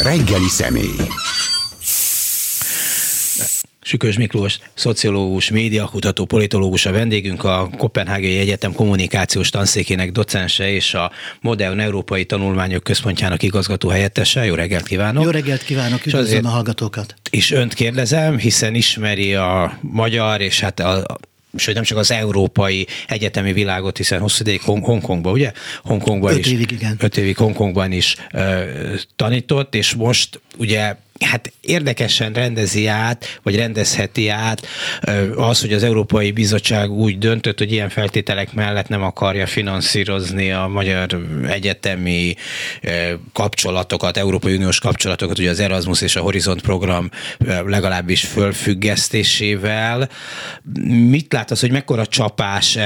Reggeli személy. Sükös Miklós, szociológus, médiakutató, politológus a vendégünk, a Koppenhágai Egyetem kommunikációs tanszékének docense és a Modern Európai Tanulmányok Központjának igazgató helyettese. Jó reggelt kívánok! Jó reggelt kívánok, üdvözlöm a hallgatókat! És önt kérdezem, hiszen ismeri a magyar, és hát sőt nem csak az európai egyetemi világot, hiszen hosszú ideig Hongkongban, ugye? Hongkongban 5 évig, igen. 5 évig Hongkongban is tanított, és most ugye hát érdekesen rendezi át, vagy rendezheti át az, hogy az Európai Bizottság úgy döntött, hogy ilyen feltételek mellett nem akarja finanszírozni a magyar egyetemi kapcsolatokat, Európai Uniós kapcsolatokat, ugye az Erasmus és a Horizont program legalábbis fölfüggesztésével. Mit lát az, hogy mekkora csapás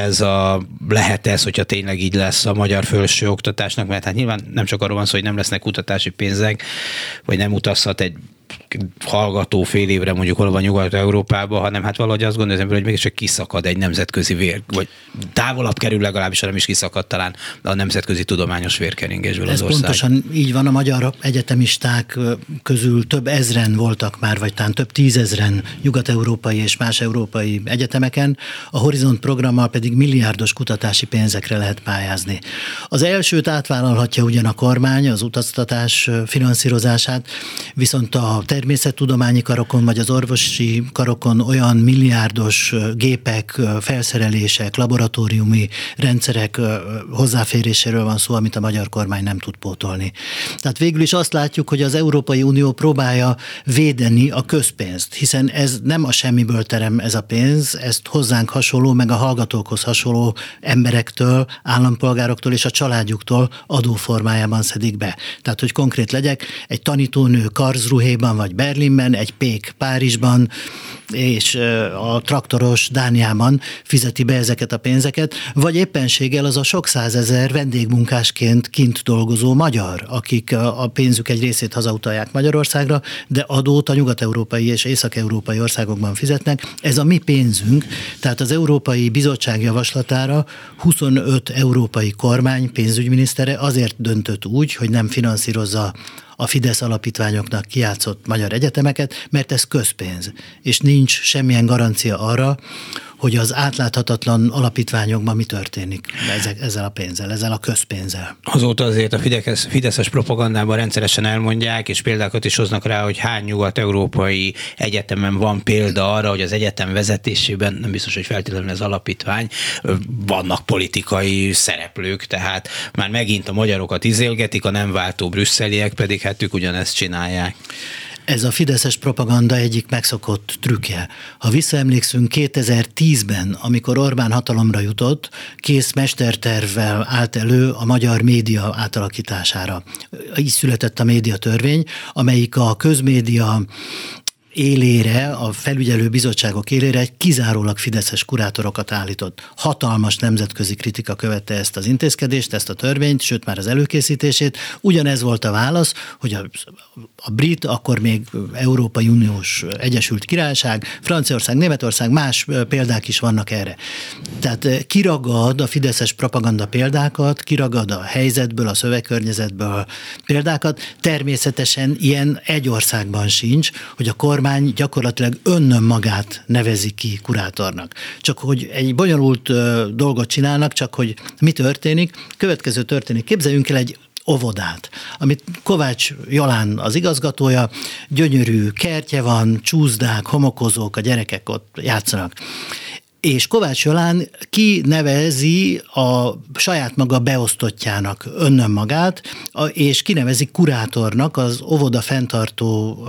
lehet ez, hogyha tényleg így lesz a magyar felsőoktatásnak, mert hát nyilván nem csak arról van szó, hogy nem lesznek kutatási pénzek, vagy nem utazhat egy hallgató fél évre mondjuk hol van Nyugat-Európában, hanem hát valahogy azt gondolom, hogy mégiscsak kiszakad egy nemzetközi vagy távolabb kerül legalábbis, nem is kiszakad talán a nemzetközi tudományos vérkeringésből az ország. Ez pontosan így van, a magyar egyetemisták közül több ezren voltak már, vagy talán több tízezren nyugat-európai és más európai egyetemeken, a Horizont programmal pedig milliárdos kutatási pénzekre lehet pályázni. Az elsőt átvállalhatja ugyan a kormány, az utaztatás finanszírozását, viszont a természettudományi karokon vagy az orvosi karokon olyan milliárdos gépek, felszerelések, laboratóriumi rendszerek hozzáféréséről van szó, amit a magyar kormány nem tud pótolni. Tehát végül is azt látjuk, hogy az Európai Unió próbálja védeni a közpénzt, hiszen ez nem a semmiből terem ez a pénz, ezt hozzánk hasonló, meg a hallgatókhoz hasonló emberektől, állampolgároktól és a családjuktól adóformájában szedik be. Tehát, hogy konkrét legyek, egy tanítónő Karlsruhéban vagy Berlinben, egy pék Párizsban, és a traktoros Dániában fizeti be ezeket a pénzeket, vagy éppenséggel az a sok százezer vendégmunkásként kint dolgozó magyar, akik a pénzük egy részét hazautalják Magyarországra, de adót a nyugat-európai és észak-európai országokban fizetnek. Ez a mi pénzünk, tehát az Európai Bizottság javaslatára 25 európai kormány pénzügyminisztere azért döntött úgy, hogy nem finanszírozza a Fidesz alapítványoknak kijátszott magyar egyetemeket, mert ez közpénz, és nincs semmilyen garancia arra, hogy az átláthatatlan alapítványokban mi történik ezzel a pénzzel, ezzel a közpénzzel. Azóta azért a fideszes propagandában rendszeresen elmondják, és példákat is hoznak rá, hogy hány nyugat-európai egyetemen van példa arra, hogy az egyetem vezetésében, nem biztos, hogy feltétlenül ez alapítvány, vannak politikai szereplők, tehát már megint a magyarokat izélgetik, a nem váltó brüsszeliek pedig hát ők ugyanezt csinálják. Ez a fideszes propaganda egyik megszokott trükkje. Ha visszaemlékszünk 2010-ben, amikor Orbán hatalomra jutott, kész mestertervvel állt elő a magyar média átalakítására. Így született a médiatörvény, amelyik a közmédia élére, a felügyelő bizottságok élére egy kizárólag fideszes kurátorokat állított. Hatalmas nemzetközi kritika követte ezt az intézkedést, ezt a törvényt, sőt már az előkészítését. Ugyanez volt a válasz, hogy a brit, akkor még Európai Uniós Egyesült Királyság, Franciaország, Németország, más példák is vannak erre. Tehát kiragad a fideszes propaganda példákat, kiragad a helyzetből, a szövegkörnyezetből példákat. Természetesen ilyen egy országban sincs, hogy a kormány gyakorlatilag magát nevezi ki kurátornak. Csak hogy egy bonyolult dolgot csinálnak, csak hogy mi történik. Következő történik. Képzeljünk el egy óvodát, amit Kovács Jolán az igazgatója, gyönyörű kertje van, csúszdák, homokozók, a gyerekek ott játszanak. És Kovács Jolán kinevezi a saját maga beosztottjának magát, és kinevezi kurátornak, az óvoda fenntartó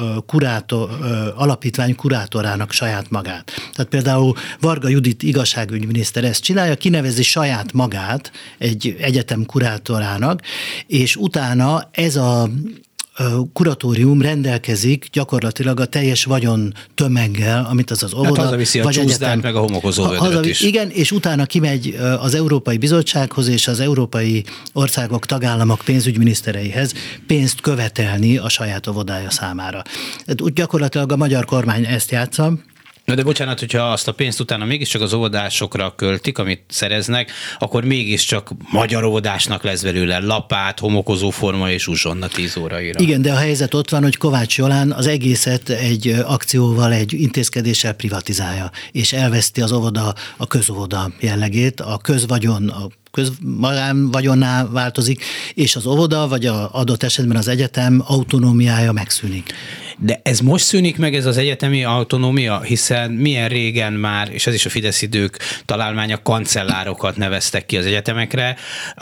alapítvány kurátorának saját magát. Tehát például Varga Judit igazságügyminiszter ezt csinálja, kinevezi saját magát egy egyetem kurátorának, és utána ez a kuratórium rendelkezik gyakorlatilag a teljes vagyon tömeggel, amit az óvoda, hát hazaviszi a csúszdát, meg a homokozó vödröt is. Igen, és utána kimegy az Európai Bizottsághoz és az európai országok, tagállamok pénzügyminisztereihez pénzt követelni a saját óvodája számára. Úgy gyakorlatilag a magyar kormány ezt játsza, Na de bocsánat, hogyha azt a pénzt utána mégiscsak az óvodásokra költik, amit szereznek, akkor mégiscsak magyar óvodásnak lesz belőle lapát, homokozó forma és uzsonna 10 óraira. Igen, de a helyzet ott van, hogy Kovács Jolán az egészet egy akcióval, egy intézkedéssel privatizálja, és elveszti az óvoda, a közóvoda jellegét, a közvagyon, a közmagánvagyonná változik, és az óvoda, vagy adott esetben az egyetem autonómiája megszűnik. De ez most szűnik meg, ez az egyetemi autonómia, hiszen milyen régen már, és ez is a Fidesz idők találmánya, kancellárokat neveztek ki az egyetemekre,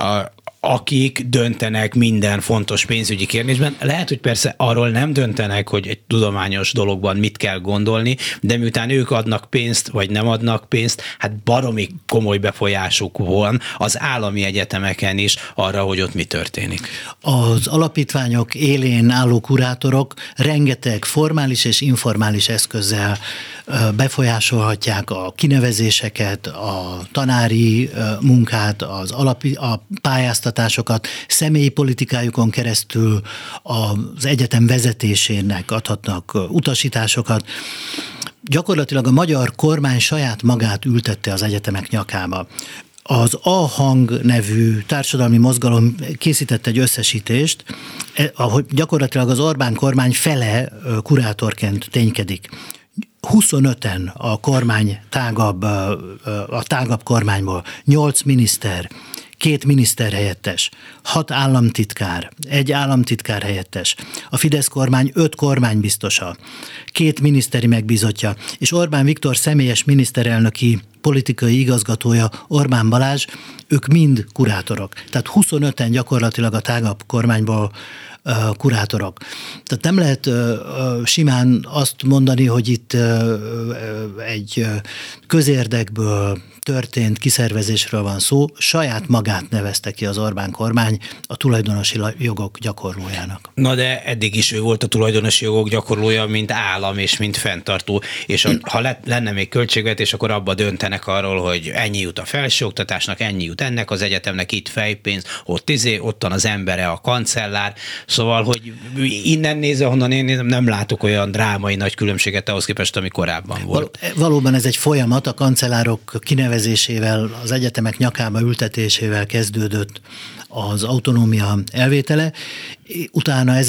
akik döntenek minden fontos pénzügyi kérdésben. Lehet, hogy persze arról nem döntenek, hogy egy tudományos dologban mit kell gondolni, de miután ők adnak pénzt, vagy nem adnak pénzt, hát baromi komoly befolyásuk van az állami egyetemeken is arra, hogy ott mi történik. Az alapítványok élén álló kurátorok rengeteg formális és informális eszközzel befolyásolhatják a kinevezéseket, a tanári munkát, a pályáztatásokat, személyi politikájukon keresztül az egyetem vezetésének adhatnak utasításokat. Gyakorlatilag a magyar kormány saját magát ültette az egyetemek nyakába. Az A-hang nevű társadalmi mozgalom készített egy összesítést, ahogy gyakorlatilag az Orbán kormány fele kurátorként ténykedik. 25-en a kormány a tágabb kormányból, 8 miniszter, 2 miniszterhelyettes, 6 államtitkár, 1 államtitkár helyettes, a Fidesz kormány 5 kormánybiztosa, 2 miniszteri megbízottja, és Orbán Viktor személyes miniszterelnöki politikai igazgatója, Orbán Balázs, ők mind kurátorok. Tehát 25-en gyakorlatilag a tágabb kormányból kurátorok. Tehát nem lehet simán azt mondani, hogy itt egy közérdekből történt kiszervezésről van szó, saját magát nevezte ki az Orbán kormány a tulajdonosi jogok gyakorlójának. Na de eddig is ő volt a tulajdonosi jogok gyakorlója, mint állam és mint fenntartó, és ha lenne még költségvetés, akkor abba döntenek arról, hogy ennyi jut a felsőoktatásnak, ennyi jut ennek az egyetemnek, itt fejpénz, ottan az embere, a kancellár, szóval, hogy innen nézve, honnan én nézem, nem látok olyan drámai nagy különbséget ahhoz képest, ami korábban volt. Valóban ez egy folyamat, a kancellárok kinevezésével, az egyetemek nyakába ültetésével kezdődött az autonómia elvétele. Utána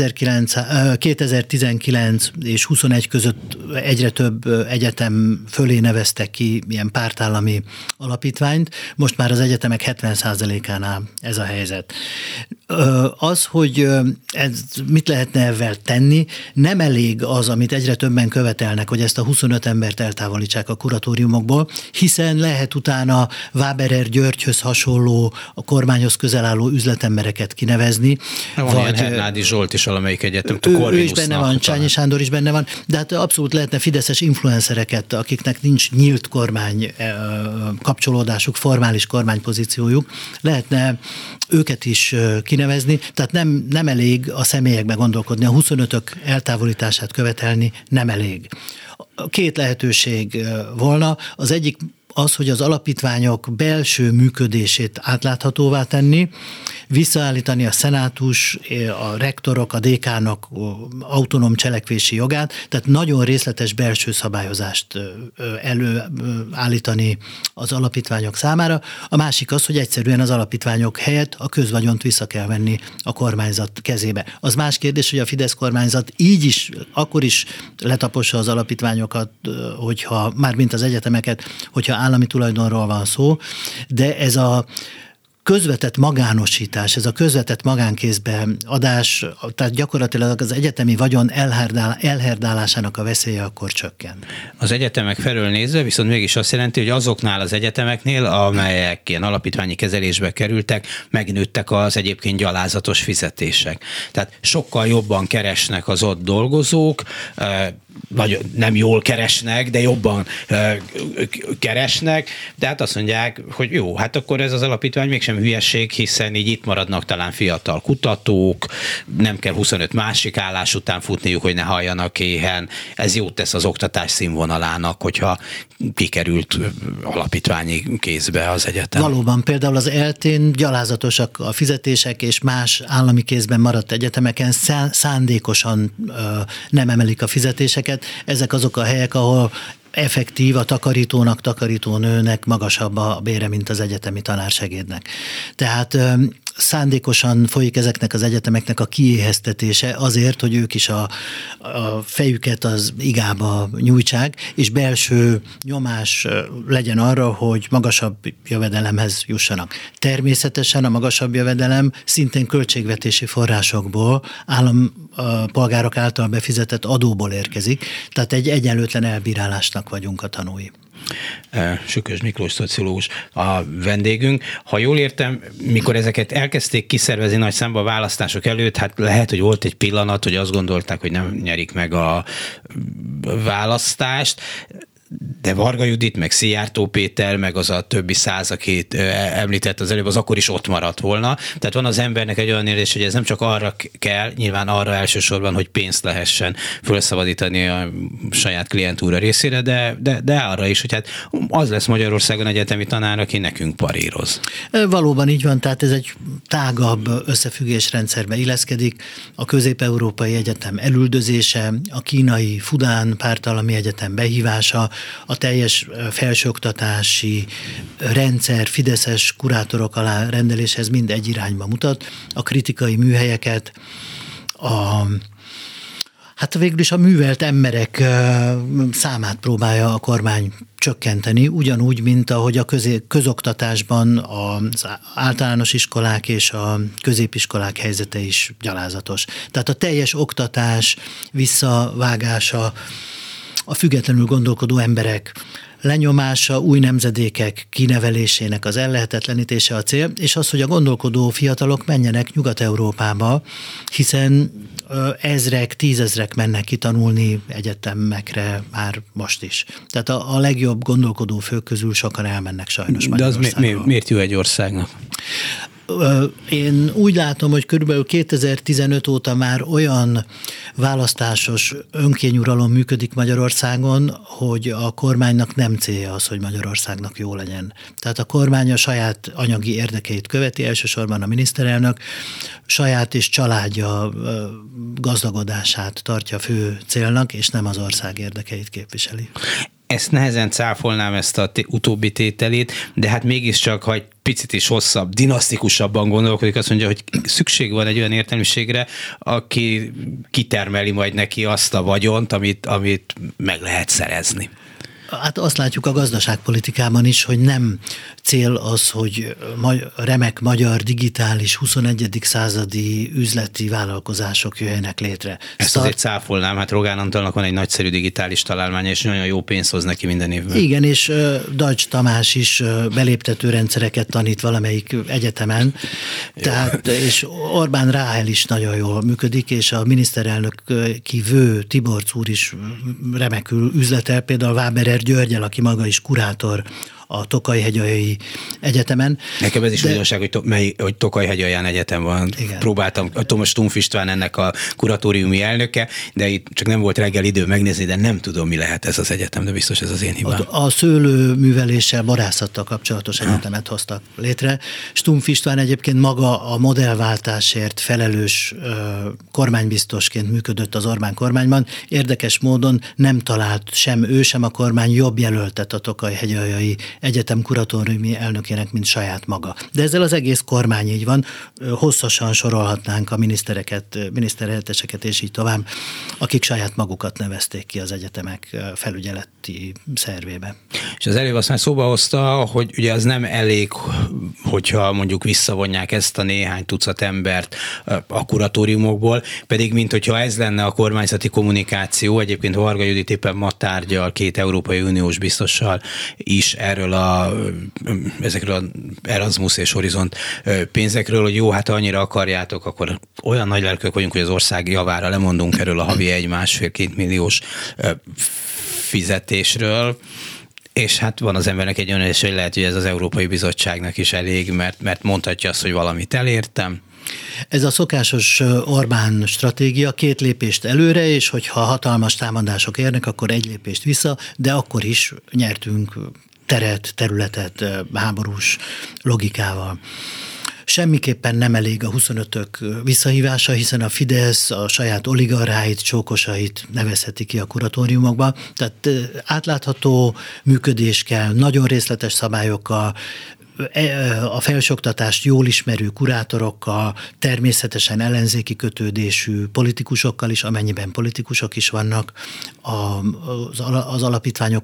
2019 és 21 között egyre több egyetem fölé neveztek ki ilyen pártállami alapítványt. Most már az egyetemek 70%-ánál ez a helyzet. Az, hogy ez mit lehetne ezzel tenni, nem elég az, amit egyre többen követelnek, hogy ezt a 25 embert eltávolítsák a kuratóriumokból, hiszen lehet utána Waberer Györgyhöz hasonló, a kormányhoz közel álló üzletembereket kinevezni. Vagy Hernádi Zsolt is valamelyik egyetem. Ő is benne van, Csányi Sándor is benne van, de hát abszolút lehetne fideszes influencereket, akiknek nincs nyílt kormány kapcsolódásuk, formális kormánypozíciójuk, lehetne őket is kinevezni, tehát nem elég a személyekbe gondolkodni, a 25-ök eltávolítását követelni nem elég. 2 lehetőség volna, az egyik az, hogy az alapítványok belső működését átláthatóvá tenni, visszaállítani a szenátus, a rektorok, a dékánok autonóm cselekvési jogát, tehát nagyon részletes belső szabályozást előállítani az alapítványok számára. A másik az, hogy egyszerűen az alapítványok helyett a közvagyont vissza kell venni a kormányzat kezébe. Az más kérdés, hogy a Fidesz kormányzat így is, akkor is letapossa az alapítványokat, hogyha, mármint az egyetemeket, hogyha állami tulajdonról van szó, de ez a közvetett magánosítás, ez a közvetett magánkézbe adás, tehát gyakorlatilag az egyetemi vagyon elherdálásának a veszélye akkor csökken. Az egyetemek felől nézve viszont mégis azt jelenti, hogy azoknál az egyetemeknél, amelyek ilyen alapítványi kezelésbe kerültek, megnőttek az egyébként gyalázatos fizetések. Tehát sokkal jobban keresnek az ott dolgozók, nem jól keresnek, de jobban keresnek, de hát azt mondják, hogy jó, hát akkor ez az alapítvány mégsem hülyeség, hiszen így itt maradnak talán fiatal kutatók, nem kell 25 másik állás után futniuk, hogy ne halljanak éhen. Ez jót tesz az oktatás színvonalának, hogyha kikerült alapítványi kézbe az egyetem. Valóban, például az ELTÉN gyalázatosak a fizetések, és más állami kézben maradt egyetemeken szándékosan nem emelik a fizetéseket. Ezek azok a helyek, ahol effektív, a takarítónak, takarítónőnek magasabb a bére, mint az egyetemi tanársegédnek. Tehát szándékosan folyik ezeknek az egyetemeknek a kiéheztetése azért, hogy ők is a fejüket az igába nyújtsák, és belső nyomás legyen arra, hogy magasabb jövedelemhez jussanak. Természetesen a magasabb jövedelem szintén költségvetési forrásokból, állampolgárok által befizetett adóból érkezik, tehát egy egyenlőtlen elbírálásnak vagyunk a tanúi. Sükös Miklós szociológus a vendégünk. Ha jól értem, mikor ezeket elkezdték kiszervezni nagy számba a választások előtt, hát lehet, hogy volt egy pillanat, hogy azt gondolták, hogy nem nyerik meg a választást, de Varga Judit, meg Szijjártó Péter, meg az a többi 100, akit említett az előbb, az akkor is ott maradt volna. Tehát van az embernek egy olyan érzés, hogy ez nem csak arra kell, nyilván arra elsősorban, hogy pénzt lehessen felszabadítani a saját klientúra részére, de arra is, hogy hát az lesz Magyarországon egyetemi tanár, aki nekünk paríroz. Valóban így van, tehát ez egy tágabb összefüggésrendszerbe illeszkedik. A Közép-Európai Egyetem elüldözése, a kínai Fudán Pártállami Egyetem behívása, a teljes felsőoktatási rendszer fideszes kurátorok alá rendeléshez mind egy irányba mutat. A kritikai műhelyeket, hát végül is a művelt emberek számát próbálja a kormány csökkenteni, ugyanúgy, mint ahogy a közoktatásban az általános iskolák és a középiskolák helyzete is gyalázatos. Tehát a teljes oktatás visszavágása, a függetlenül gondolkodó emberek lenyomása, új nemzedékek kinevelésének az ellehetetlenítése a cél, és az, hogy a gondolkodó fiatalok menjenek Nyugat-Európába, hiszen ezrek, tízezrek mennek kitanulni egyetemekre már most is. Tehát a legjobb gondolkodó fők közül sokan elmennek sajnos Magyarországról. De az miért jó egy országnak? Én úgy látom, hogy körülbelül 2015 óta már olyan választásos önkényuralom működik Magyarországon, hogy a kormánynak nem célja az, hogy Magyarországnak jó legyen. Tehát a kormány a saját anyagi érdekeit követi, elsősorban a miniszterelnök, saját és családja gazdagodását tartja fő célnak, és nem az ország érdekeit képviseli. Ezt nehezen cáfolnám, ezt a utóbbi tételét, de hát mégiscsak, ha egy picit is hosszabb, dinasztikusabban gondolkodik, azt mondja, hogy szükség van egy olyan értelmiségre, aki kitermeli majd neki azt a vagyont, amit meg lehet szerezni. Hát azt látjuk a gazdaságpolitikában is, hogy nem cél az, hogy remek magyar digitális 21. századi üzleti vállalkozások jöjjenek létre. Ezt azért cáfolnám, hát Rogán Antalnak van egy nagyszerű digitális találmánya, és nagyon jó pénzt hoz neki minden évben. Igen, és Dajcs Tamás is beléptető rendszereket tanít valamelyik egyetemen, tehát, és Orbán Ráhel is nagyon jól működik, és a miniszterelnök kivő Tiborcs úr is remekül üzletel, például Váberer Györgyel, aki maga is kurátor a Tokaj-hegyaljai Egyetemen. Nekem ez is újdonság, hogy Tokaj-hegyalján egyetem van. Igen. Próbáltam, Tomos Stumpf István ennek a kuratóriumi elnöke, de itt csak nem volt reggel idő megnézni, de nem tudom, mi lehet ez az egyetem, de biztos ez az én hibám. A szőlőműveléssel, borászattal kapcsolatos egyetemet hoztak létre. Stumpf István egyébként maga a modellváltásért felelős kormánybiztosként működött az Orbán kormányban. Érdekes módon nem talált sem ő, sem a kormány jobb jelöltet a Tokaj-hegyaljai Egyetem kuratóriumi elnökének, mint saját maga. De ezzel az egész kormány így van, hosszasan sorolhatnánk a miniszterhelyetteseket és így tovább, akik saját magukat nevezték ki az egyetemek felügyeleti szervébe. És az előbb azt már szóba hozta, hogy ugye az nem elég, hogyha mondjuk visszavonják ezt a néhány tucat embert a kuratóriumokból, pedig mint hogyha ez lenne a kormányzati kommunikáció, egyébként Varga Judit éppen ma tárgyal 2 Európai Uniós biztossal is ezekről az Erasmus és Horizont pénzekről, hogy jó, hát annyira akarjátok, akkor olyan nagy lelkök vagyunk, hogy az ország javára lemondunk erről a havi 1,5-2 milliós fizetésről, és hát van az embernek egy olyan érzés, hogy lehet, hogy ez az Európai Bizottságnak is elég, mert mondhatja azt, hogy valamit elértem. Ez a szokásos Orbán stratégia, 2 lépést előre, és hogyha hatalmas támadások érnek, akkor 1 lépést vissza, de akkor is nyertünk teret, területet háborús logikával. Semmiképpen nem elég a 25-ök visszahívása, hiszen a Fidesz a saját oligarcháit, csókosait nevezheti ki a kuratóriumokba. Tehát átlátható működés kell, nagyon részletes szabályokkal, a felsőoktatást jól ismerő kurátorokkal, természetesen ellenzéki kötődésű politikusokkal is, amennyiben politikusok is vannak az alapítványok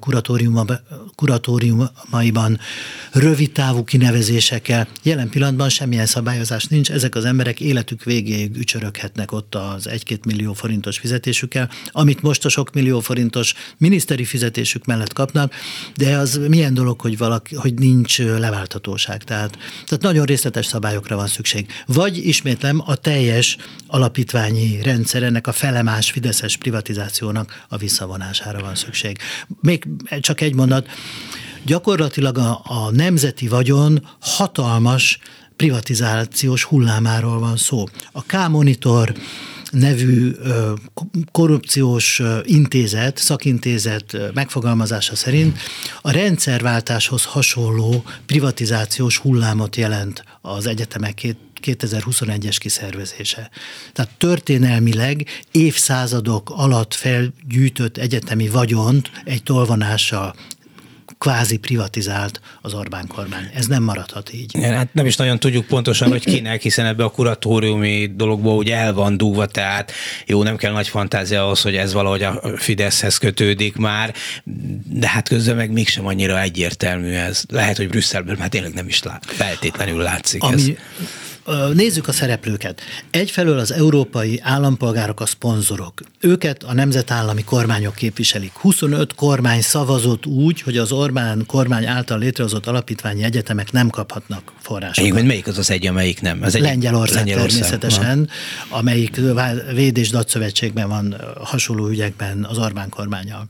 kuratóriumaiban, rövid távú kinevezésekkel. Jelen pillanatban semmilyen szabályozás nincs, ezek az emberek életük végéig ücsöröghetnek ott az 1-2 millió forintos fizetésükkel, amit most a sok millió forintos miniszteri fizetésük mellett kapnak, de az milyen dolog, hogy nincs leváltató. Tehát nagyon részletes szabályokra van szükség. Vagy ismétlem, a teljes alapítványi rendszer, ennek a felemás fideszes privatizációnak a visszavonására van szükség. Még csak egy mondat, gyakorlatilag a nemzeti vagyon hatalmas privatizációs hullámáról van szó. A K-Monitor nevű korrupciós intézet, szakintézet megfogalmazása szerint a rendszerváltáshoz hasonló privatizációs hullámot jelent az egyetemek 2021-es kiszervezése. Tehát történelmileg évszázadok alatt felgyűjtött egyetemi vagyont egy tolvonással kvázi privatizált az Orbán kormány. Ez nem maradhat így. Hát nem is nagyon tudjuk pontosan, hogy kinek, hiszen ebbe a kuratóriumi dologból ugye el van dugva, tehát jó, nem kell nagy fantázia ahhoz, hogy ez valahogy a Fideszhez kötődik már, de hát közben meg mégsem annyira egyértelmű ez. Lehet, hogy Brüsszelből már tényleg nem is feltétlenül látszik ez. Nézzük a szereplőket. Egyfelől az európai állampolgárok a szponzorok. Őket a nemzetállami kormányok képviselik. 25 kormány szavazott úgy, hogy az Orbán kormány által létrehozott alapítványi egyetemek nem kaphatnak forrásokat. Melyik az egy, amelyik nem? Lengyelország természetesen, amelyik Véd- és Datszövetségben van hasonló ügyekben az Orbán kormánnyal.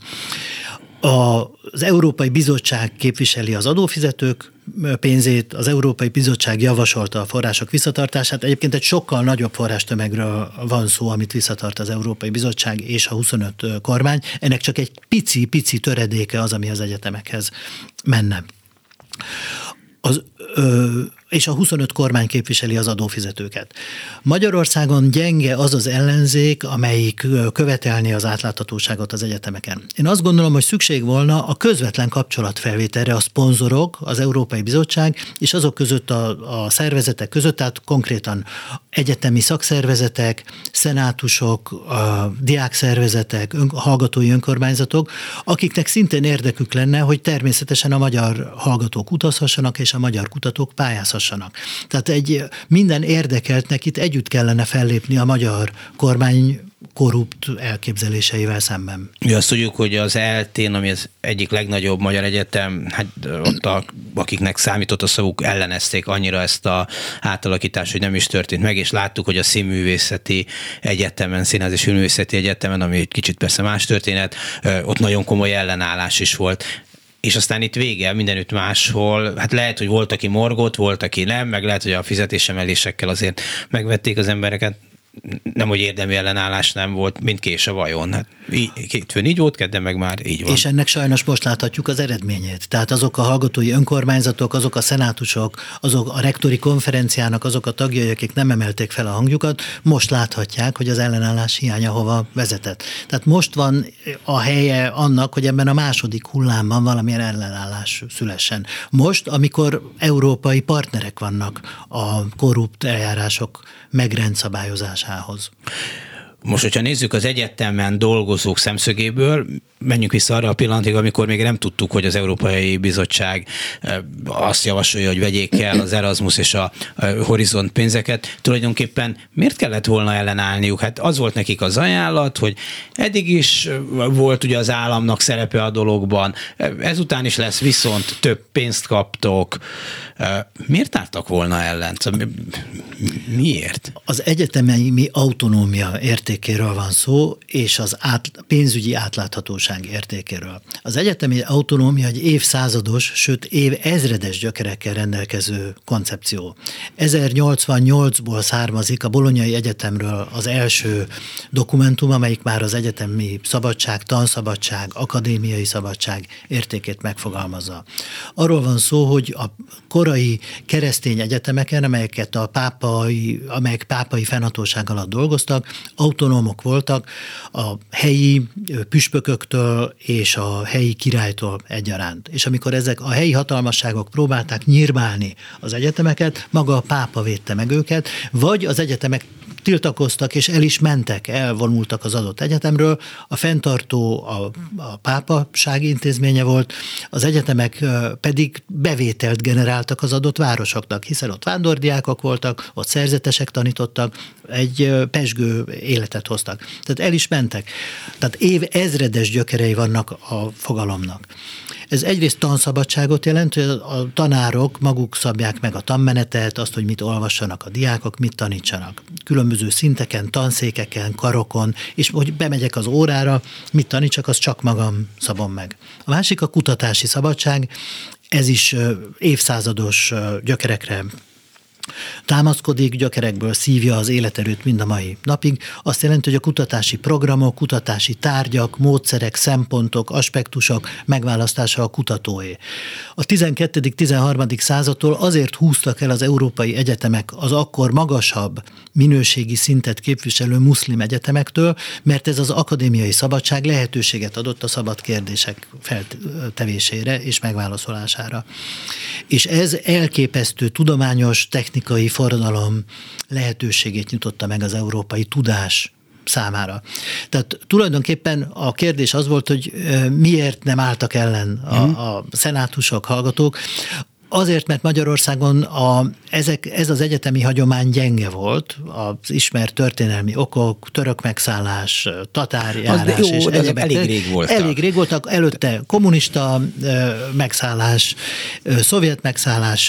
Az Európai Bizottság képviseli az adófizetők pénzét, az Európai Bizottság javasolta a források visszatartását. Egyébként egy sokkal nagyobb forrástömegről van szó, amit visszatart az Európai Bizottság és a 25 kormány. Ennek csak egy pici töredéke az, ami az egyetemekhez menne. És a 25 kormány képviseli az adófizetőket. Magyarországon gyenge az az ellenzék, amelyik követelné az átláthatóságot az egyetemeken. Én azt gondolom, hogy szükség volna a közvetlen kapcsolatfelvételre a szponzorok, az Európai Bizottság és azok között a szervezetek között, tehát konkrétan egyetemi szakszervezetek, szenátusok, diákszervezetek, hallgatói önkormányzatok, akiknek szintén érdekük lenne, hogy természetesen a magyar hallgatók utazhassanak és a magyar kutatók pályázhassanak. Tehát minden érdekeltnek itt együtt kellene fellépni a magyar kormány korrupt elképzeléseivel szemben. Mi azt tudjuk, hogy az ELTE-n, ami az egyik legnagyobb magyar egyetem, hát ott akiknek számított a szavuk, ellenezték annyira ezt az átalakítást, hogy nem is történt meg, és láttuk, hogy a Színművészeti Egyetemen, Színház és Filmművészeti Egyetemen, ami egy kicsit persze más történet, ott nagyon komoly ellenállás is volt. És aztán itt vége, mindenütt máshol, hát lehet, hogy volt, aki morgott, volt, aki nem, meg lehet, hogy a fizetésemelésekkel azért megvették az embereket, nem, hogy érdemi ellenállás nem volt, mint kés a vajon. Hát hétfőn így volt, kedden meg már így van. És ennek sajnos most láthatjuk az eredményét. Tehát azok a hallgatói önkormányzatok, azok a szenátusok, azok a rektori konferenciának, azok a tagjai, akik nem emelték fel a hangjukat, most láthatják, hogy az ellenállás hiánya hova vezetett. Tehát most van a helye annak, hogy ebben a második hullámban valamilyen ellenállás szülessen. Most, amikor európai partnerek vannak a korrupt eljárások megrendszabályozásához. Most, hogyha nézzük az egyetemen dolgozók szemszögéből, menjünk vissza arra a pillanatig, amikor még nem tudtuk, hogy az Európai Bizottság azt javasolja, hogy vegyék el az Erasmus és a Horizont pénzeket. Tulajdonképpen miért kellett volna ellenállniuk? Hát az volt nekik az ajánlat, hogy eddig is volt ugye az államnak szerepe a dologban, ezután is lesz, viszont több pénzt kaptok. Miért álltak volna ellen? Miért? Az egyetemi autonómia érték értékéről van szó, és az pénzügyi átláthatóság értékéről. Az egyetemi autonómia egy évszázados, sőt évezredes gyökerekkel rendelkező koncepció. 1088-ból származik a Bolonyai Egyetemről az első dokumentum, amelyik már az egyetemi szabadság, tanszabadság, akadémiai szabadság értékét megfogalmazza. Arról van szó, hogy a korai keresztény egyetemeken, amelyek pápai fennhatóság alatt dolgoztak, autonómok voltak a helyi püspököktől és a helyi királytól egyaránt. És amikor ezek a helyi hatalmasságok próbálták nyírbálni az egyetemeket, maga a pápa védte meg őket, vagy az egyetemek tiltakoztak, és el is mentek, elvonultak az adott egyetemről, a fenntartó a pápaság intézménye volt, az egyetemek pedig bevételt generáltak az adott városoknak, hiszen ott vándordiákok voltak, ott szerzetesek tanítottak, egy pezsgő életet hoztak. Tehát el is mentek. Tehát évezredes gyökerei vannak a fogalomnak. Ez egyrészt tanszabadságot jelent, hogy a tanárok maguk szabják meg a tanmenetet, azt, hogy mit olvassanak a diákok, mit tanítsanak. Különböző szinteken, tanszékeken, karokon, és hogy bemegyek az órára, mit tanítsak, azt csak magam szabom meg. A másik a kutatási szabadság, ez is évszázados gyökerekre támaszkodik, gyökerekből szívja az életerőt mind a mai napig. Azt jelenti, hogy a kutatási programok, kutatási tárgyak, módszerek, szempontok, aspektusok megválasztása a kutatóé. A 12.-13. századtól azért húztak el az európai egyetemek az akkor magasabb minőségi szintet képviselő muszlim egyetemektől, mert ez az akadémiai szabadság lehetőséget adott a szabad kérdések feltevésére és megválaszolására. És ez elképesztő tudományos, technikai forradalom lehetőségét nyitotta meg az európai tudás számára. Tehát tulajdonképpen a kérdés az volt, hogy miért nem álltak ellen a szenátusok, hallgatók. Azért, mert Magyarországon ez az egyetemi hagyomány gyenge volt, az ismert történelmi okok, török megszállás, tatárjárás és egyebek. Elég rég voltak. Elég rég voltak, előtte kommunista megszállás, szovjet megszállás,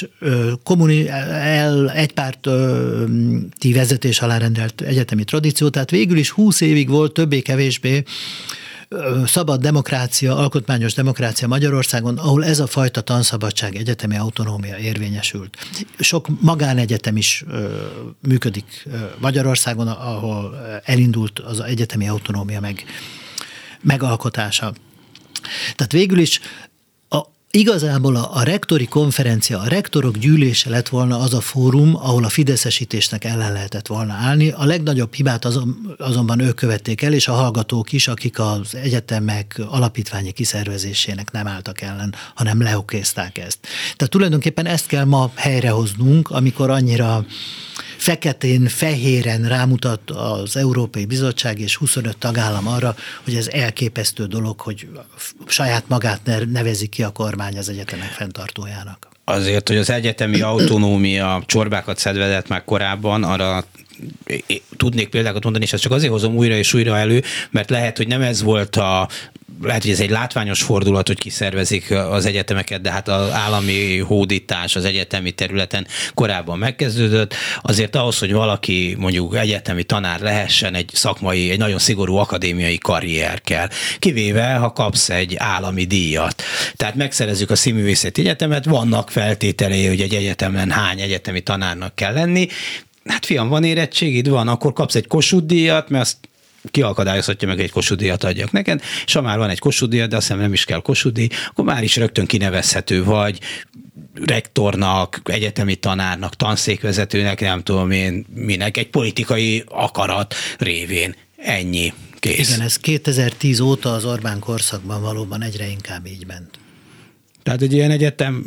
egypárti vezetés alá rendelt egyetemi tradíció, tehát végül is 20 évig volt többé-kevésbé szabad demokrácia, alkotmányos demokrácia Magyarországon, ahol ez a fajta tanszabadság, egyetemi autonómia érvényesült. Sok magánegyetem is működik Magyarországon, ahol elindult az egyetemi autonómia megalkotása. Tehát végül is igazából a rektori konferencia, a rektorok gyűlése lett volna az a fórum, ahol a fideszesítésnek ellen lehetett volna állni. A legnagyobb hibát azonban ők követték el, és a hallgatók is, akik az egyetemek alapítványi kiszervezésének nem álltak ellen, hanem leokézták ezt. Tehát tulajdonképpen ezt kell ma helyrehoznunk, amikor annyira feketén-fehéren rámutat az Európai Bizottság és 25 tagállam arra, hogy ez elképesztő dolog, hogy saját magát nevezi ki a kormány az egyetemek fenntartójának. Azért, hogy az egyetemi autonómia csorbákat szenvedett már korábban, arra tudnék példákat mondani, és ezt csak azért hozom újra és újra elő, mert lehet, hogy nem ez volt lehet, hogy ez egy látványos fordulat, hogy kiszervezik az egyetemeket, de hát az állami hódítás az egyetemi területen korábban megkezdődött. Azért ahhoz, hogy valaki mondjuk egyetemi tanár lehessen, egy nagyon szigorú akadémiai karrier kell. Kivéve, ha kapsz egy állami díjat. Tehát megszerezzük a Színművészeti Egyetemet, vannak feltételei, hogy egy egyetemen hány egyetemi tanárnak kell lenni. Hát fiam, van érettségid? Van, akkor kapsz egy Kossuth-díjat, mert azt kiakadályozhatja meg, egy Kossuth-díjat adjak neked, és ha már van egy Kossuth-díjat, de azt hiszem nem is kell Kossuth-díj, akkor már is rögtön kinevezhető vagy rektornak, egyetemi tanárnak, tanszékvezetőnek, nem tudom én minek, egy politikai akarat révén. Ennyi. Kész. Igen, ez 2010 óta az Orbán korszakban valóban egyre inkább így ment. Tehát egy ilyen egyetem,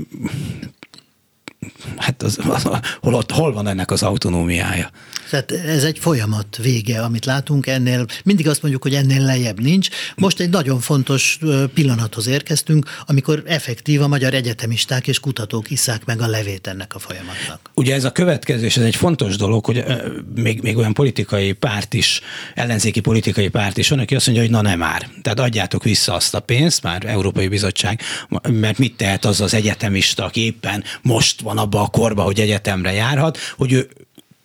hát hol van ennek az autonómiája? Tehát ez egy folyamat vége, amit látunk ennél. Mindig azt mondjuk, hogy ennél lejjebb nincs. Most egy nagyon fontos pillanathoz érkeztünk, amikor effektív a magyar egyetemisták és kutatók isszák meg a levét ennek a folyamatnak. Ugye ez a következő, és ez egy fontos dolog, hogy még olyan politikai párt is, ellenzéki politikai párt is van, aki azt mondja, hogy na nem már. Tehát adjátok vissza azt a pénzt, már Európai Bizottság, mert mit tehet az az egyetemista, aki éppen most van abban a korban, hogy egyetemre járhat, hogy ő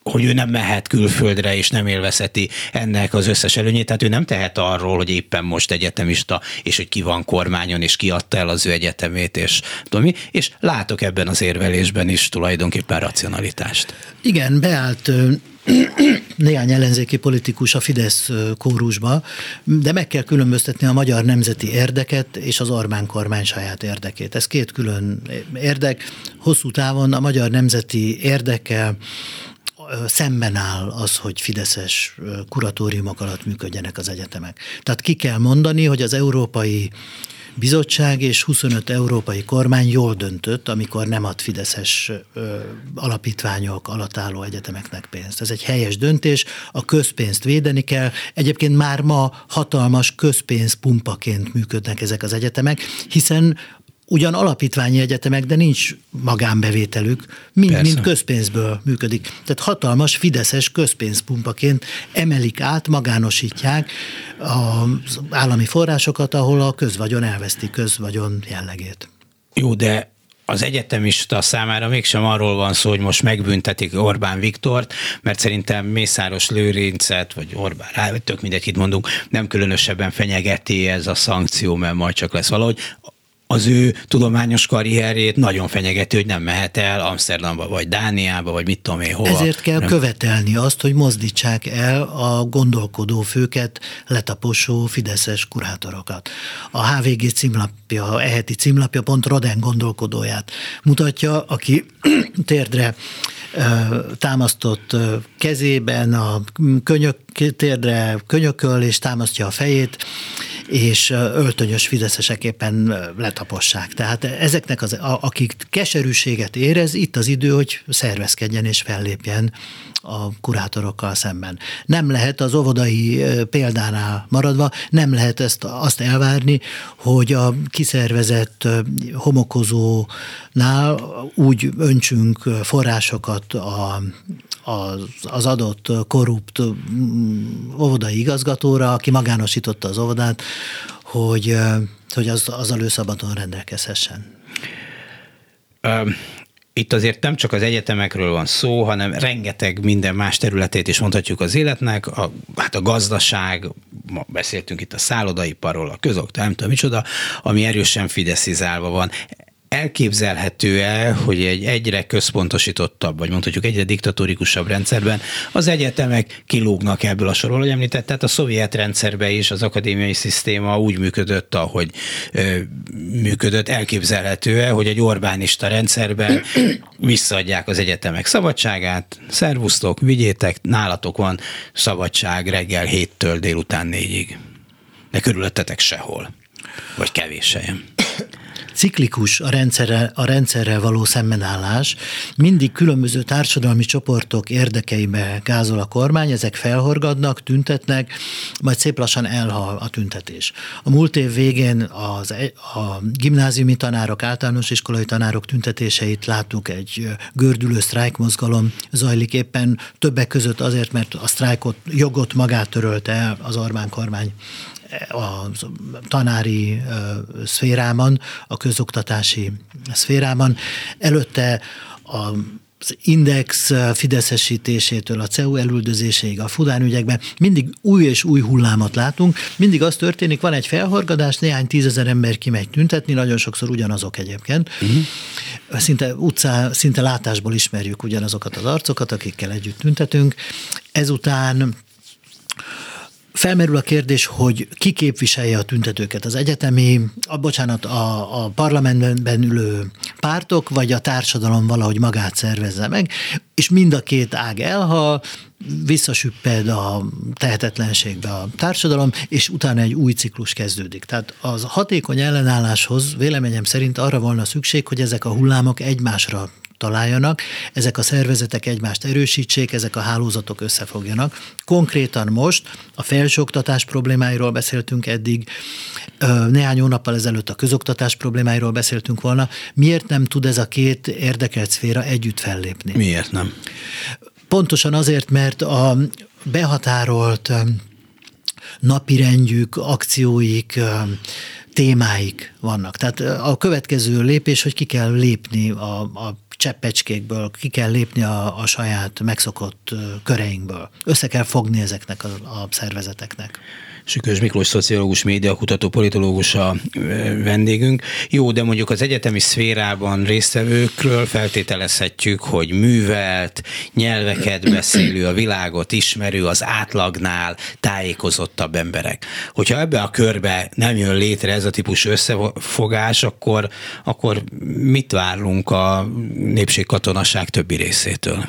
hogy ő nem mehet külföldre, és nem élvezheti ennek az összes előnyét, tehát ő nem tehet arról, hogy éppen most egyetemista, és hogy ki van kormányon, és ki adta el az ő egyetemét, és látok ebben az érvelésben is tulajdonképpen racionalitást. Igen, beállt néhány ellenzéki politikus a Fidesz kórusba, de meg kell különböztetni a magyar nemzeti érdeket és az Orbán kormány saját érdekét. Ez két külön érdek. Hosszú távon a magyar nemzeti érdekkel szemben áll az, hogy fideszes kuratóriumok alatt működjenek az egyetemek. Tehát ki kell mondani, hogy az Európai Bizottság és 25 európai kormány jól döntött, amikor nem ad fideszes alapítványok alatt álló egyetemeknek pénzt. Ez egy helyes döntés, a közpénzt védeni kell. Egyébként már ma hatalmas közpénzpumpaként működnek ezek az egyetemek, hiszen ugyan alapítványi egyetemek, de nincs magánbevételük, mind közpénzből működik. Tehát hatalmas fideszes közpénzpumpaként emelik át, magánosítják az állami forrásokat, ahol a közvagyon elveszti közvagyon jellegét. Jó, de az egyetemista számára mégsem arról van szó, hogy most megbüntetik Orbán Viktort, mert szerintem Mészáros Lőrincet, vagy Orbán, tök mindegy, itt mondunk, nem különösebben fenyegeti ez a szankció, mert majd csak lesz valahogy. Az ő tudományos karrierjét nagyon fenyegeti, hogy nem mehet el Amsterdamba, vagy Dániába, vagy mit tudom én hova. Ezért kell követelni azt, hogy mozdítsák el a gondolkodó főket, letaposó fideszes kurátorokat. A HVG címlapja, a eheti címlapja pont Roden gondolkodóját mutatja, aki térdre támasztott kezében, a térdre könyököl, és támasztja a fejét, és öltönyös fideszesek éppen letapossák. Tehát ezeknek, akik keserűséget érez, itt az idő, hogy szervezkedjen és fellépjen a kurátorokkal szemben. Nem lehet az óvodai példánál maradva, nem lehet azt elvárni, hogy a kiszervezett homokozónál úgy öntsünk forrásokat az adott korrupt óvodai igazgatóra, aki magánosította az óvodát, hogy azzal ő szabadon rendelkezhessen. Itt azért nem csak az egyetemekről van szó, hanem rengeteg minden más területét is mondhatjuk az életnek, a gazdaság, ma beszéltünk itt a szállodaiparról, a közoktatás, nem tudom micsoda, ami erősen fideszizálva van. Elképzelhető-e, hogy egy egyre központosítottabb, vagy mondhatjuk egyre diktatórikusabb rendszerben az egyetemek kilógnak ebből a sorról, hogy említett, tehát a szovjet rendszerben is az akadémiai szisztéma úgy működött, ahogy működött. Elképzelhető-e, hogy egy orbánista rendszerben visszaadják az egyetemek szabadságát, szervusztok, vigyétek, nálatok van szabadság reggel 7-től délután 4-ig. De körülöttetek sehol. Vagy kevés helyen. Ciklikus a rendszerrel való szembenállás, mindig különböző társadalmi csoportok érdekeibe gázol a kormány, ezek felhorgadnak, tüntetnek, majd szép lassan elhal a tüntetés. A múlt év végén a gimnáziumi tanárok, általános iskolai tanárok tüntetéseit láttuk, egy gördülő sztrájkmozgalom zajlik éppen, többek között azért, mert a sztrájkot, jogot magát törölte el az Orbán kormány a tanári szférában, a közoktatási szférában. Előtte az Index fideszesítésétől a CEU elüldözéséig a Fudán ügyekben mindig új és új hullámot látunk. Mindig az történik, van egy felhorgadás, néhány 10 000 ember kimegy tüntetni, nagyon sokszor ugyanazok egyébként. Szinte látásból ismerjük ugyanazokat az arcokat, akikkel együtt tüntetünk. Ezután felmerül a kérdés, hogy ki képviselje a tüntetőket, az egyetemi, a parlamentben ülő pártok, vagy a társadalom valahogy magát szervezze meg, és mind a két ág elhal, visszasüpped a tehetetlenségbe a társadalom, és utána egy új ciklus kezdődik. Tehát az hatékony ellenálláshoz véleményem szerint arra volna szükség, hogy ezek a hullámok egymásra találjanak, ezek a szervezetek egymást erősítsék, ezek a hálózatok összefogjanak. Konkrétan most a felsőoktatás problémáiról beszéltünk eddig, néhány hónappal ezelőtt a közoktatás problémáiról beszéltünk volna. Miért nem tud ez a két érdekelt szféra együtt fellépni? Miért nem? Pontosan azért, mert a behatárolt napirendjük, akcióik, témáik vannak. Tehát a következő lépés, hogy ki kell lépni a cseppecskékből, ki kell lépni a saját megszokott köreinkből. Össze kell fogni ezeknek a szervezeteknek. Sükös Miklós szociológus, médiakutató, politológus a vendégünk. Jó, de mondjuk az egyetemi szférában résztvevőkről feltételezhetjük, hogy művelt, nyelveket beszélő, a világot ismerő, az átlagnál tájékozottabb emberek. Hogyha ebbe a körbe nem jön létre ez a típusú összefogás, akkor mit várunk a népségkatonaság többi részétől?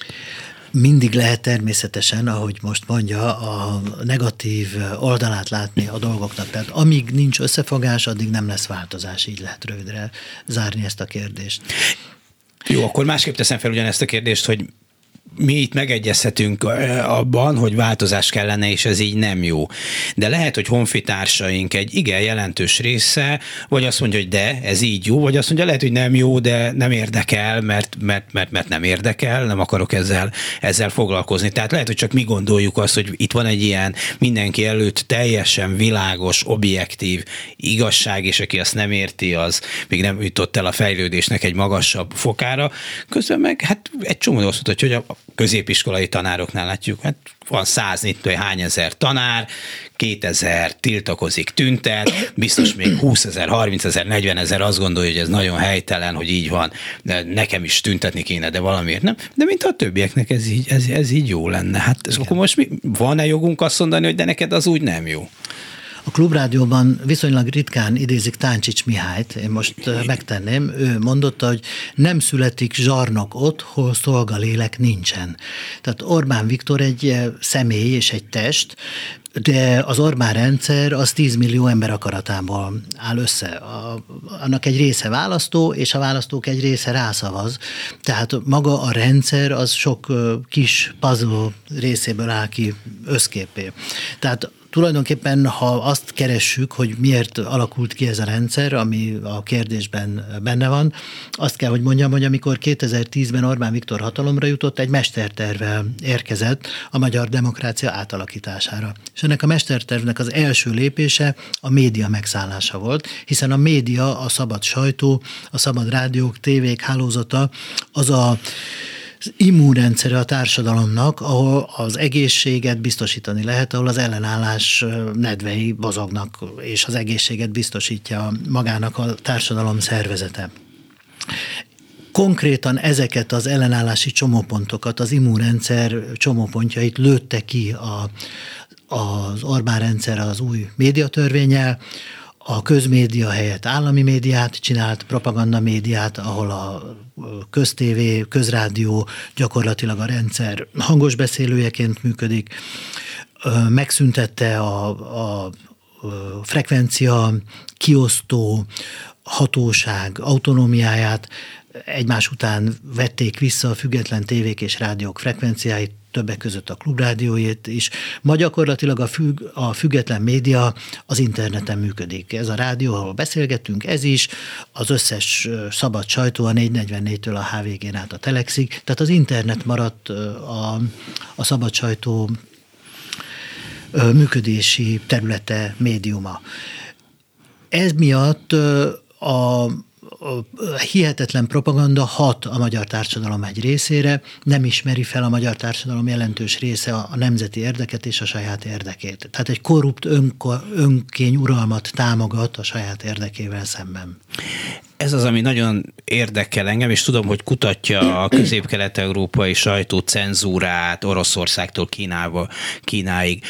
Mindig lehet természetesen, ahogy most mondja, a negatív oldalát látni a dolgoknak. Tehát amíg nincs összefogás, addig nem lesz változás, így lehet rövidre zárni ezt a kérdést. Jó, akkor másképp teszem fel ugyanezt a kérdést, hogy mi itt megegyezhetünk abban, hogy változás kellene, és ez így nem jó. De lehet, hogy honfitársaink egy igen jelentős része, vagy azt mondja, hogy de, ez így jó, vagy azt mondja, lehet, hogy nem jó, de nem érdekel, mert nem érdekel, nem akarok ezzel foglalkozni. Tehát lehet, hogy csak mi gondoljuk azt, hogy itt van egy ilyen mindenki előtt teljesen világos, objektív igazság, és aki azt nem érti, az még nem jutott el a fejlődésnek egy magasabb fokára. Közben meg hát egy csomó azt mutatja, hogy a középiskolai tanároknál látjuk, hát van 100 hány ezer tanár, 2000 tiltakozik, tüntet, biztos még 20 000, 30 000, 40 000 azt gondolja, hogy ez nagyon helytelen, hogy így van, de nekem is tüntetni kéne, de valamiért nem. De mint a többieknek ez így jó lenne. Hát akkor most van-e jogunk azt mondani, hogy de neked az úgy nem jó? A Klubrádióban viszonylag ritkán idézik Táncsics Mihályt, én most megtenném, ő mondotta, hogy nem születik zsarnok ott, hol szolgalélek nincsen. Tehát Orbán Viktor egy személy és egy test, de az Orbán rendszer az 10 millió ember akaratából áll össze. Annak egy része választó, és a választók egy része rászavaz. Tehát maga a rendszer az sok kis puzzle részéből áll ki összképé. Tehát tulajdonképpen, ha azt keressük, hogy miért alakult ki ez a rendszer, ami a kérdésben benne van, azt kell, hogy mondjam, hogy amikor 2010-ben Orbán Viktor hatalomra jutott, egy mestertervvel érkezett a magyar demokrácia átalakítására. És ennek a mestertervnek az első lépése a média megszállása volt, hiszen a média, a szabad sajtó, a szabad rádiók, tévék hálózata, az immunrendszere a társadalomnak, ahol az egészséget biztosítani lehet, ahol az ellenállás nedvei mozognak, és az egészséget biztosítja magának a társadalom szervezete. Konkrétan ezeket az ellenállási csomópontokat, az immunrendszer csomópontjait lőtte ki az Orbán rendszer az új médiatörvénnyel, a közmédia helyett állami médiát csinált, propagandamédiát, ahol a köztévé, közrádió gyakorlatilag a rendszer hangos beszélőjeként működik, megszüntette a frekvencia kiosztó hatóság autonómiáját, egymás után vették vissza a független tévék és rádiók frekvenciáit, többek között a Klubrádiójét is. Ma gyakorlatilag a független média az interneten működik. Ez a rádió, ahol beszélgetünk, ez is, az összes szabad sajtó a 444-től a HVG-n át a Telexig, tehát az internet maradt a szabad sajtó működési területe, médiuma. Ez miatt a hihetetlen propaganda hat a magyar társadalom egy részére, nem ismeri fel a magyar társadalom jelentős része a nemzeti érdeket és a saját érdekét. Tehát egy korrupt önkényuralmat támogat a saját érdekével szemben. Ez az, ami nagyon érdekel engem, és tudom, hogy kutatja a közép-kelet-európai sajtó cenzúrát Oroszországtól Kínáig,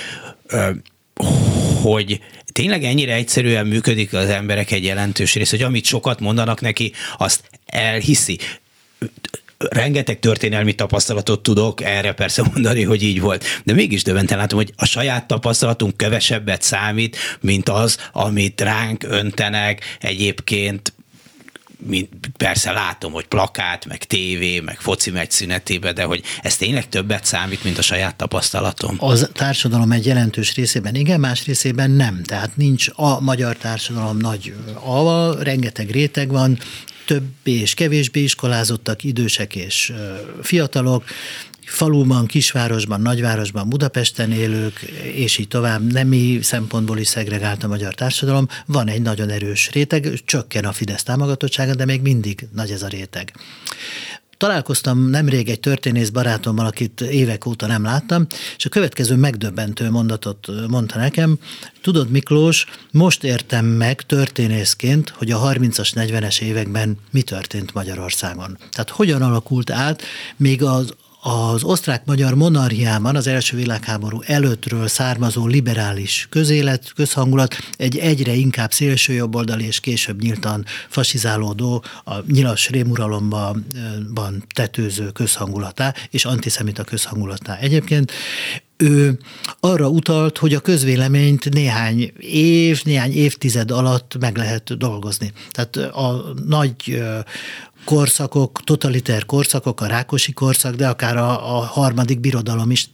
hogy tényleg ennyire egyszerűen működik az emberek egy jelentős rész, hogy amit sokat mondanak neki, azt elhiszi. Rengeteg történelmi tapasztalatot tudok erre persze mondani, hogy így volt. De mégis döbbenten látom, hogy a saját tapasztalatunk kevesebbet számít, mint az, amit ránk öntenek egyébként. Persze látom, hogy plakát, meg tévé, meg foci megy szünetébe, de hogy ez tényleg többet számít, mint a saját tapasztalatom. Az társadalom egy jelentős részében igen, más részében nem. Tehát nincs a magyar társadalom nagy alval, rengeteg réteg van, többé és kevésbé iskolázottak, idősek és fiatalok, faluban, kisvárosban, nagyvárosban, Budapesten élők, és így tovább, nemi szempontból is szegregált a magyar társadalom. Van egy nagyon erős réteg, csökken a Fidesz támogatottsága, de még mindig nagy ez a réteg. Találkoztam nemrég egy történész barátommal, akit évek óta nem láttam, és a következő megdöbbentő mondatot mondta nekem: tudod, Miklós, most értem meg történészként, hogy a 30-as, 40-es években mi történt Magyarországon. Tehát hogyan alakult át még az osztrák-magyar monarchiában az első világháború előttről származó liberális közélet, közhangulat egy egyre inkább szélsőjobboldali és később nyíltan fasizálódó, a nyilas rémuralomban tetőző közhangulatá és antiszemita közhangulatá. Egyébként ő arra utalt, hogy a közvéleményt néhány évtized alatt meg lehet dolgozni. Tehát a nagy korszakok, totaliter korszakok, a Rákosi korszak, de akár a harmadik birodalom is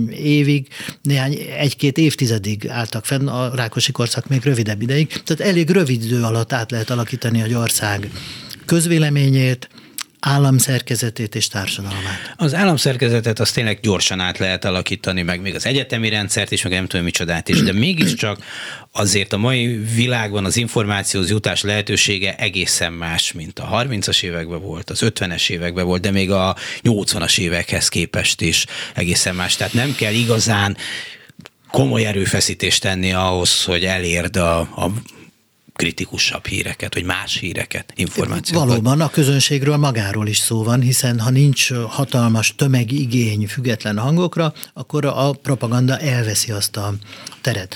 egy-két évtizedig álltak fenn, a Rákosi korszak még rövidebb ideig. Tehát elég rövid idő alatt át lehet alakítani egy ország közvéleményét, államszerkezetét és társadalmát. Az államszerkezetet azt tényleg gyorsan át lehet alakítani, meg még az egyetemi rendszert is, meg nem tudom micsodát is, de mégiscsak azért a mai világban az információhoz jutás lehetősége egészen más, mint a 30-as években volt, az 50-es években volt, de még a 80-as évekhez képest is egészen más. Tehát nem kell igazán komoly erőfeszítést tenni ahhoz, hogy elérd a kritikusabb híreket, vagy más híreket, információkat. Valóban a közönségről magáról is szó van, hiszen ha nincs hatalmas tömegigény független hangokra, akkor a propaganda elveszi azt a teret.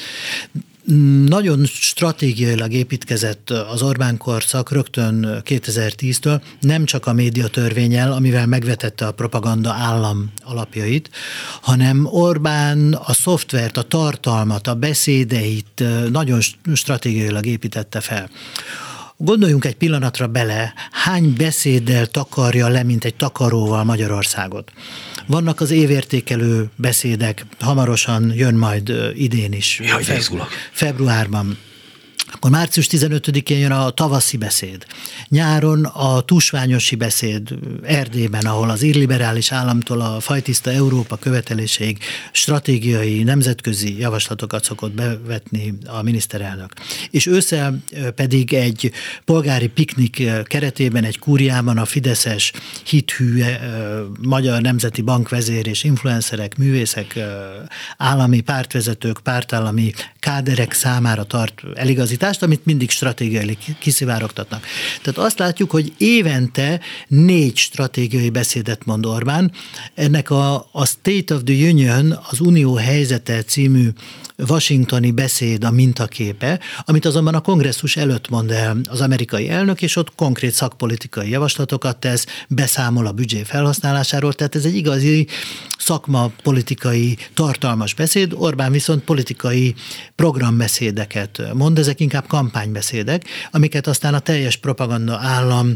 Nagyon stratégiailag építkezett az Orbán korszak rögtön 2010-től, nem csak a médiatörvénnyel, amivel megvetette a propaganda állam alapjait, hanem Orbán a szoftvert, a tartalmat, a beszédeit nagyon stratégiailag építette fel. Gondoljunk egy pillanatra bele, hány beszéddel takarja le, mint egy takaróval Magyarországot. Vannak az évértékelő beszédek, hamarosan jön majd idén is, februárban. Akkor március 15-én jön a tavaszi beszéd. Nyáron a tusványosi beszéd Erdélyben, ahol az illiberális államtól a fajtiszta Európa követeléséig stratégiai, nemzetközi javaslatokat szokott bevetni a miniszterelnök. És ősszel pedig egy polgári piknik keretében, egy kúriában a fideszes hithű Magyar Nemzeti Bank vezér és influencerek, művészek, állami pártvezetők, pártállami káderek számára tart eligazítást, amit mindig stratégiai kiszivárogtatnak. Tehát azt látjuk, hogy évente 4 stratégiai beszédet mond Orbán. Ennek a State of the Union, az Unió helyzete című washingtoni beszéd a mintaképe, amit azonban a kongresszus előtt mond el az amerikai elnök, és ott konkrét szakpolitikai javaslatokat tesz, beszámol a büdzsé felhasználásáról, tehát ez egy igazi szakmapolitikai tartalmas beszéd, Orbán viszont politikai programbeszédeket mond, ezek inkább kampánybeszédek, amiket aztán a teljes propaganda állam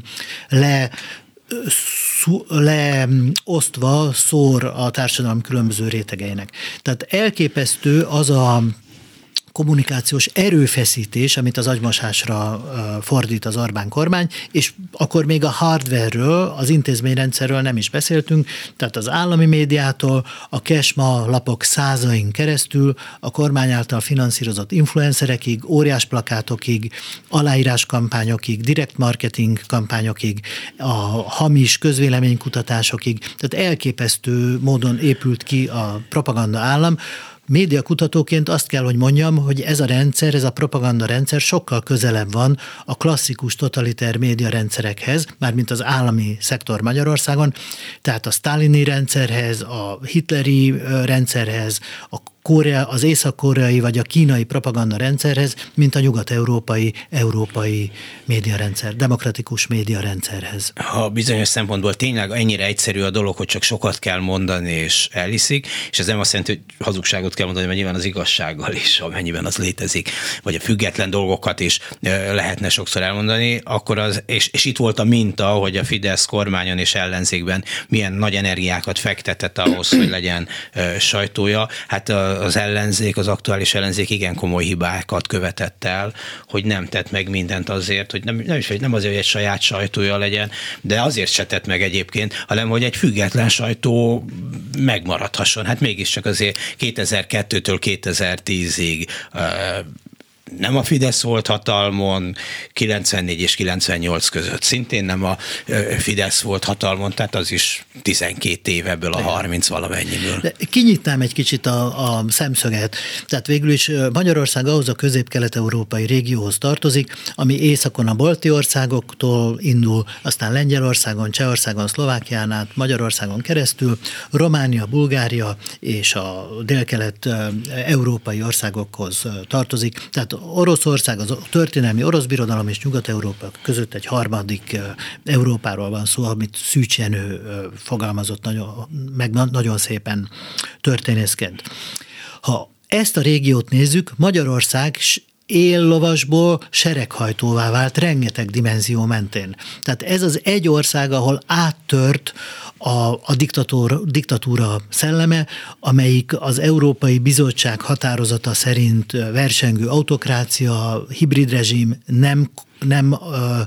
leosztva szór a társadalom különböző rétegeinek. Tehát elképesztő az a kommunikációs erőfeszítés, amit az agymosásra fordít az Orbán kormány, és akkor még a hardware-ről, az intézményrendszerről nem is beszéltünk, tehát az állami médiától, a Kesma lapok százain keresztül, a kormány által finanszírozott influencerekig, óriás plakátokig, aláíráskampányokig, direkt marketing kampányokig, a hamis közvéleménykutatásokig, tehát elképesztő módon épült ki a propaganda állam. Médiakutatóként azt kell, hogy mondjam, hogy ez a rendszer, ez a propaganda rendszer sokkal közelebb van a klasszikus totaliter médiarendszerekhez, mármint az állami szektor Magyarországon, tehát a sztálini rendszerhez, a hitleri rendszerhez, az észak-koreai vagy a kínai propaganda rendszerhez, mint a nyugat-európai médiarendszer, demokratikus médiarendszerhez. Ha bizonyos szempontból tényleg ennyire egyszerű a dolog, hogy csak sokat kell mondani és elhiszik, és ez nem azt jelenti, hogy hazugságot kell mondani, mert nyilván az igazsággal is, amennyiben az létezik, vagy a független dolgokat is lehetne sokszor elmondani, akkor és itt volt a minta, hogy a Fidesz kormányon és ellenzékben milyen nagy energiákat fektetett ahhoz, hogy legyen sajtója. Hát az ellenzék, az aktuális ellenzék igen komoly hibákat követett el, hogy nem tett meg mindent azért, hogy nem azért, hogy egy saját sajtója legyen, de azért se tett meg egyébként, hanem hogy egy független sajtó megmaradhasson. Hát mégiscsak azért 2002-től 2010-ig nem a Fidesz volt hatalmon 94 és 98 között, szintén nem a Fidesz volt hatalmon, tehát az is 12 év ebből a 30 valamennyiből. De kinyitnám egy kicsit a szemszöget. Tehát végül is Magyarország ahhoz a közép-kelet-európai régióhoz tartozik, ami északon a balti országoktól indul, aztán Lengyelországon, Csehországon, Szlovákián át, Magyarországon keresztül, Románia, Bulgária és a délkelet-európai országokhoz tartozik. Tehát Oroszország, a történelmi orosz birodalom és Nyugat-Európa között egy harmadik Európáról van szó, amit Szűcs Jenő fogalmazott nagyon szépen történészként. Ha ezt a régiót nézzük, Magyarország éllovasból sereghajtóvá vált rengeteg dimenzió mentén. Tehát ez az egy ország, ahol áttört a diktatúra szelleme, amelyik az Európai Bizottság határozata szerint versengő autokrácia, hibrid rezsim, nem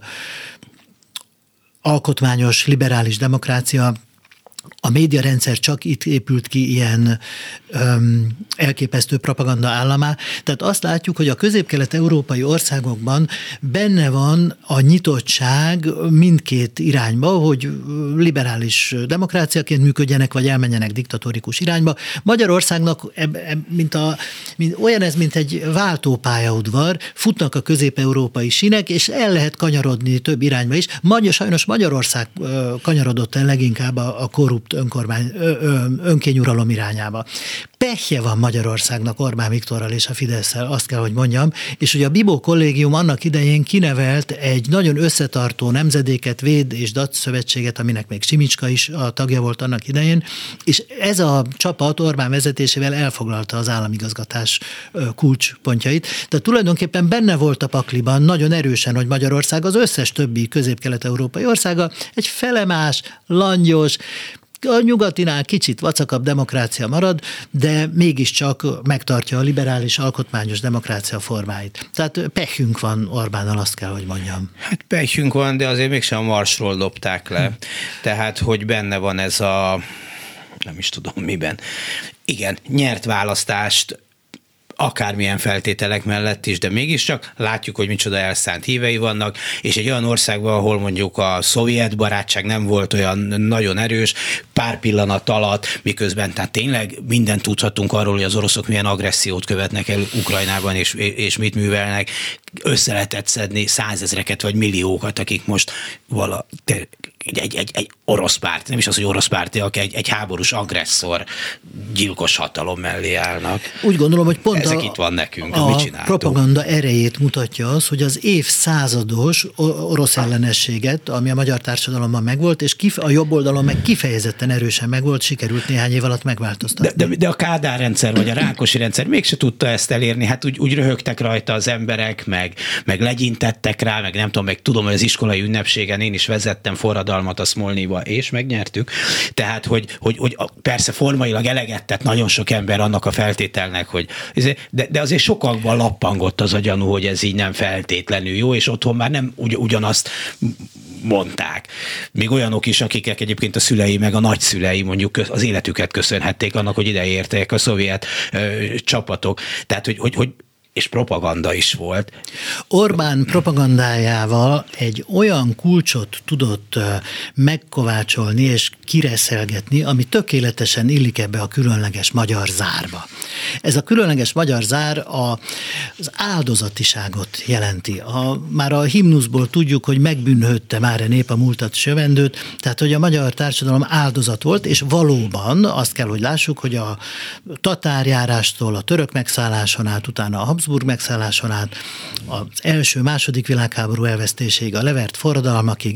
alkotmányos liberális demokrácia. A médiarendszer csak itt épült ki ilyen elképesztő propaganda államá. Tehát azt látjuk, hogy a közép-kelet-európai országokban benne van a nyitottság mindkét irányba, hogy liberális demokráciaként működjenek, vagy elmenjenek diktatórikus irányba. Magyarországnak olyan ez, mint egy váltópályaudvar, futnak a közép-európai sínek, és el lehet kanyarodni több irányba is. Sajnos Magyarország kanyarodott el leginkább a korrupt önkényuralom irányába. Pehje van Magyarországnak Orbán Viktorral és a Fidesszel, azt kell, hogy mondjam, és hogy a Bibó kollégium annak idején kinevelt egy nagyon összetartó nemzedéket, Véd és Dac szövetséget, aminek még Simicska is a tagja volt annak idején, és ez a csapat Orbán vezetésével elfoglalta az államigazgatás kulcspontjait. Tehát tulajdonképpen benne volt a pakliban nagyon erősen, hogy Magyarország az összes többi közép-kelet-európai országa egy felemás, langyos, a nyugatinál kicsit vacakabb demokrácia marad, de mégiscsak megtartja a liberális alkotmányos demokrácia formáit. Tehát pehünk van Orbánnal, azt kell, hogy mondjam. Hát pehünk van, de azért mégsem a Marsról dobták le. Tehát, hogy benne van ez a... nem is tudom miben. Igen, nyert választást, akármilyen feltételek mellett is, de mégiscsak látjuk, hogy micsoda elszánt hívei vannak, és egy olyan országban, ahol mondjuk a szovjet barátság nem volt olyan nagyon erős, pár pillanat alatt, miközben tehát tényleg mindent tudhatunk arról, hogy az oroszok milyen agressziót követnek el Ukrajnában, és mit művelnek, össze lehetett szedni 100 000-eket vagy milliókat, akik most egy orosz párt, nem is az, hogy orosz pártiak, egy háborús agresszor gyilkos hatalom mellé állnak. Úgy gondolom, hogy pont ezek itt van nekünk, a mit csináltunk. propaganda erejét mutatja az, hogy az évszázados orosz ellenességet, ami a magyar társadalomban megvolt, és a jobb oldalon meg kifejezetten erősen megvolt, sikerült néhány év alatt megváltoztatni. De a Kádár rendszer, vagy a Rákosi rendszer mégse tudta ezt elérni, hát úgy röhögtek rajta az emberek, meg legyintettek rá, meg nem tudom, meg tudom, hogy az iskolai ünnepségen én is vezettem forradalmat a Szmolnyba, és megnyertük. Tehát, hogy persze formailag eleget tett nagyon sok ember annak a feltételnek, hogy de azért sokakban lappangott az a gyanú, hogy ez így nem feltétlenül jó, és otthon már nem ugyanazt mondták. Még olyanok is, akik egyébként a szülei, meg a nagyszülei mondjuk az életüket köszönhették annak, hogy ide értek a szovjet csapatok. Tehát, hogy és propaganda is volt. Orbán propagandájával egy olyan kulcsot tudott megkovácsolni és kireszelgetni, ami tökéletesen illik ebbe a különleges magyar zárba. Ez a különleges magyar zár az áldozatiságot jelenti. Már a himnuszból tudjuk, hogy megbűnhődte már a nép a múltat sövendőt, tehát hogy a magyar társadalom áldozat volt, és valóban azt kell, hogy lássuk, hogy a tatárjárástól a török megszálláson át, utána a Habsburg megszálláson át, az első-második világháború elvesztéséig, a levert forradalmakig,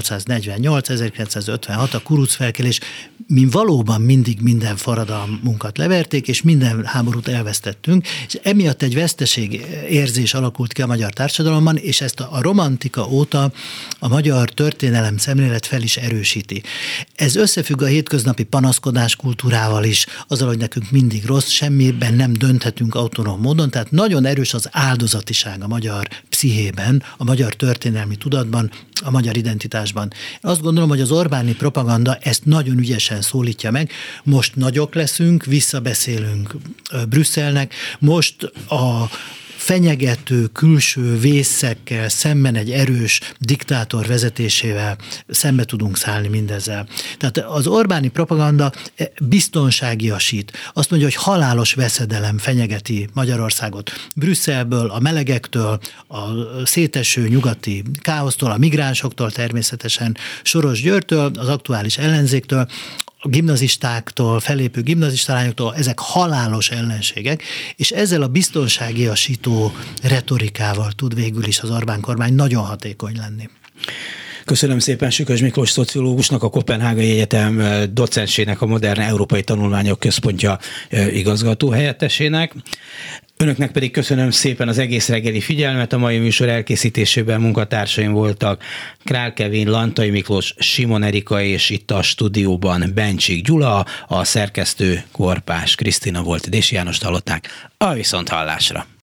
1848-1956, a kurucfelkelés, mi valóban mindig minden forradalmunkat leverték, és minden háborút elvesztettünk, és emiatt egy veszteség érzés alakult ki a magyar társadalomban, és ezt a romantika óta a magyar történelem szemlélet fel is erősíti. Ez összefügg a hétköznapi panaszkodás kultúrával is, azzal, hogy nekünk mindig rossz, semmiben nem dönthetünk autonóm módon, tehát nagyon erős az áldozatiság a magyar pszichében, a magyar történelmi tudatban, a magyar identitásban. Azt gondolom, hogy az Orbáni propaganda ezt nagyon ügyesen szólítja meg. Most nagyok leszünk, visszabeszélünk Brüsszelnek, most a fenyegető külső vészekkel szemben egy erős diktátor vezetésével szembe tudunk szállni mindezzel. Tehát az Orbáni propaganda biztonságiasít. Azt mondja, hogy halálos veszedelem fenyegeti Magyarországot. Brüsszelből, a melegektől, a széteső nyugati káosztól, a migránsoktól természetesen, Soros Györgytől, az aktuális ellenzéktől, a gimnazistáktól, fellépő gimnazistalányoktól, ezek halálos ellenségek, és ezzel a biztonságiasító retorikával tud végül is az Orbán kormány nagyon hatékony lenni. Köszönöm szépen Sükös Miklós szociológusnak, a Koppenhágai Egyetem docensének, a Modern Európai Tanulmányok Központja igazgató helyettesének. Önöknek pedig köszönöm szépen az egész reggeli figyelmet. A mai műsor elkészítésében munkatársaim voltak Král Kevin, Lantai Miklós, Simon Erika, és itt a stúdióban Bencsik Gyula, a szerkesztő Korpás Krisztina volt. Dési Jánost hallották. A viszonthallásra.